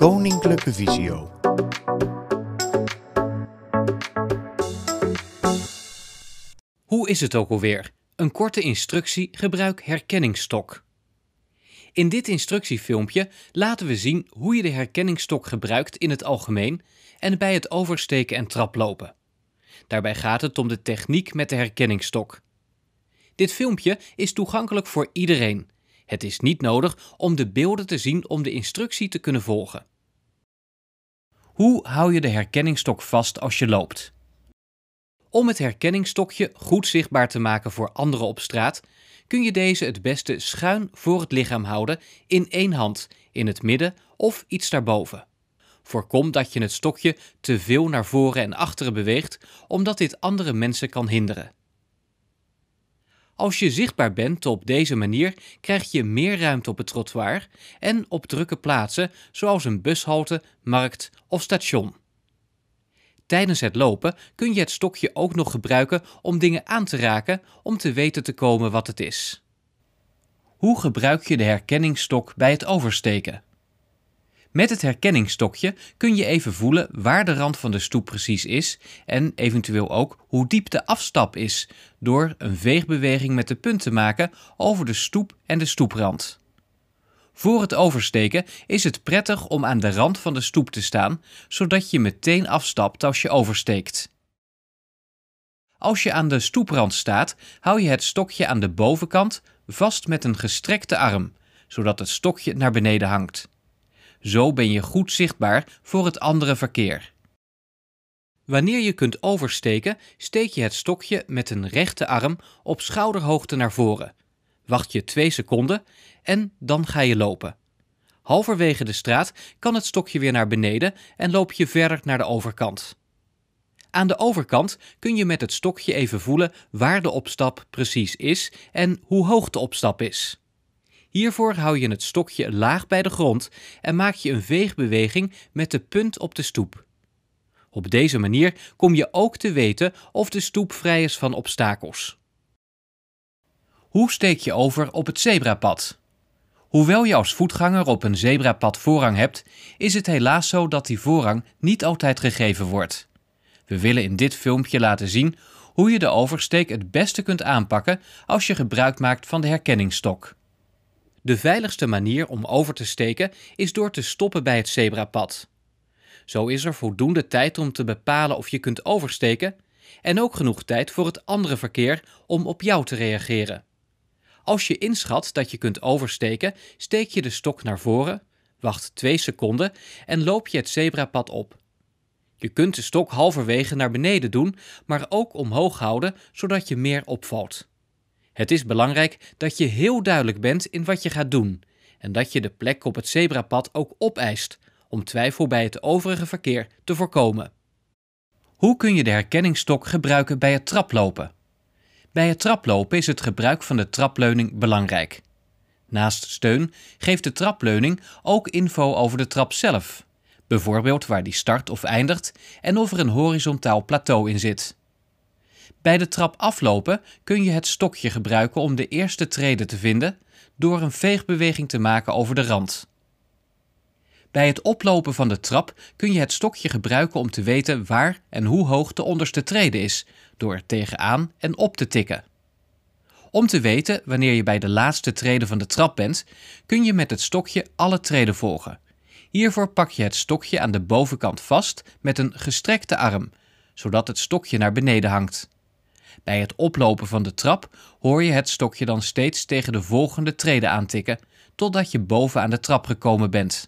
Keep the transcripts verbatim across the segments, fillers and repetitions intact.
Koninklijke Visio. Hoe is het ook alweer? Een korte instructie gebruik herkenningsstok. In dit instructiefilmpje laten we zien hoe je de herkenningsstok gebruikt in het algemeen en bij het oversteken en traplopen. Daarbij gaat het om de techniek met de herkenningsstok. Dit filmpje is toegankelijk voor iedereen. Het is niet nodig om de beelden te zien om de instructie te kunnen volgen. Hoe hou je de herkenningsstok vast als je loopt? Om het herkenningsstokje goed zichtbaar te maken voor anderen op straat, kun je deze het beste schuin voor het lichaam houden in één hand, in het midden of iets daarboven. Voorkom dat je het stokje te veel naar voren en achteren beweegt, omdat dit andere mensen kan hinderen. Als je zichtbaar bent op deze manier, krijg je meer ruimte op het trottoir en op drukke plaatsen zoals een bushalte, markt of station. Tijdens het lopen kun je het stokje ook nog gebruiken om dingen aan te raken om te weten te komen wat het is. Hoe gebruik je de herkenningsstok bij het oversteken? Met het herkenningsstokje kun je even voelen waar de rand van de stoep precies is en eventueel ook hoe diep de afstap is door een veegbeweging met de punt te maken over de stoep en de stoeprand. Voor het oversteken is het prettig om aan de rand van de stoep te staan, zodat je meteen afstapt als je oversteekt. Als je aan de stoeprand staat, hou je het stokje aan de bovenkant vast met een gestrekte arm, zodat het stokje naar beneden hangt. Zo ben je goed zichtbaar voor het andere verkeer. Wanneer je kunt oversteken, steek je het stokje met een rechte arm op schouderhoogte naar voren. Wacht je twee seconden en dan ga je lopen. Halverwege de straat kan het stokje weer naar beneden en loop je verder naar de overkant. Aan de overkant kun je met het stokje even voelen waar de opstap precies is en hoe hoog de opstap is. Hiervoor hou je het stokje laag bij de grond en maak je een veegbeweging met de punt op de stoep. Op deze manier kom je ook te weten of de stoep vrij is van obstakels. Hoe steek je over op het zebrapad? Hoewel je als voetganger op een zebrapad voorrang hebt, is het helaas zo dat die voorrang niet altijd gegeven wordt. We willen in dit filmpje laten zien hoe je de oversteek het beste kunt aanpakken als je gebruik maakt van de herkenningsstok. De veiligste manier om over te steken is door te stoppen bij het zebrapad. Zo is er voldoende tijd om te bepalen of je kunt oversteken en ook genoeg tijd voor het andere verkeer om op jou te reageren. Als je inschat dat je kunt oversteken, steek je de stok naar voren, wacht twee seconden en loop je het zebrapad op. Je kunt de stok halverwege naar beneden doen, maar ook omhoog houden, zodat je meer opvalt. Het is belangrijk dat je heel duidelijk bent in wat je gaat doen en dat je de plek op het zebrapad ook opeist, om twijfel bij het overige verkeer te voorkomen. Hoe kun je de herkenningsstok gebruiken bij het traplopen? Bij het traplopen is het gebruik van de trapleuning belangrijk. Naast steun geeft de trapleuning ook info over de trap zelf, bijvoorbeeld waar die start of eindigt en of er een horizontaal plateau in zit. Bij de trap aflopen kun je het stokje gebruiken om de eerste trede te vinden door een veegbeweging te maken over de rand. Bij het oplopen van de trap kun je het stokje gebruiken om te weten waar en hoe hoog de onderste trede is, door er tegenaan en op te tikken. Om te weten wanneer je bij de laatste trede van de trap bent, kun je met het stokje alle treden volgen. Hiervoor pak je het stokje aan de bovenkant vast met een gestrekte arm, zodat het stokje naar beneden hangt. Bij het oplopen van de trap hoor je het stokje dan steeds tegen de volgende trede aantikken, totdat je boven aan de trap gekomen bent.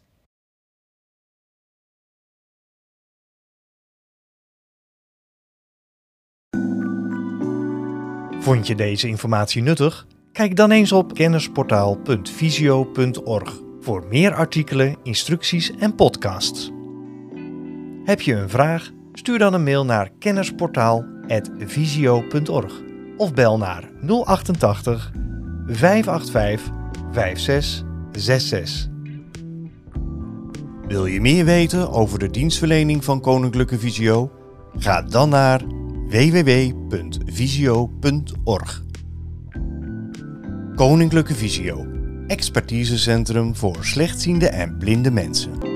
Vond je deze informatie nuttig? Kijk dan eens op kennisportaal punt visio punt org voor meer artikelen, instructies en podcasts. Heb je een vraag? Stuur dan een mail naar kennisportaal punt visio punt org of bel naar nul achtentachtig, vijf acht vijf, vijf zes zes zes. Wil je meer weten over de dienstverlening van Koninklijke Visio? Ga dan naar w w w punt visio punt org. Koninklijke Visio, expertisecentrum voor slechtziende en blinde mensen.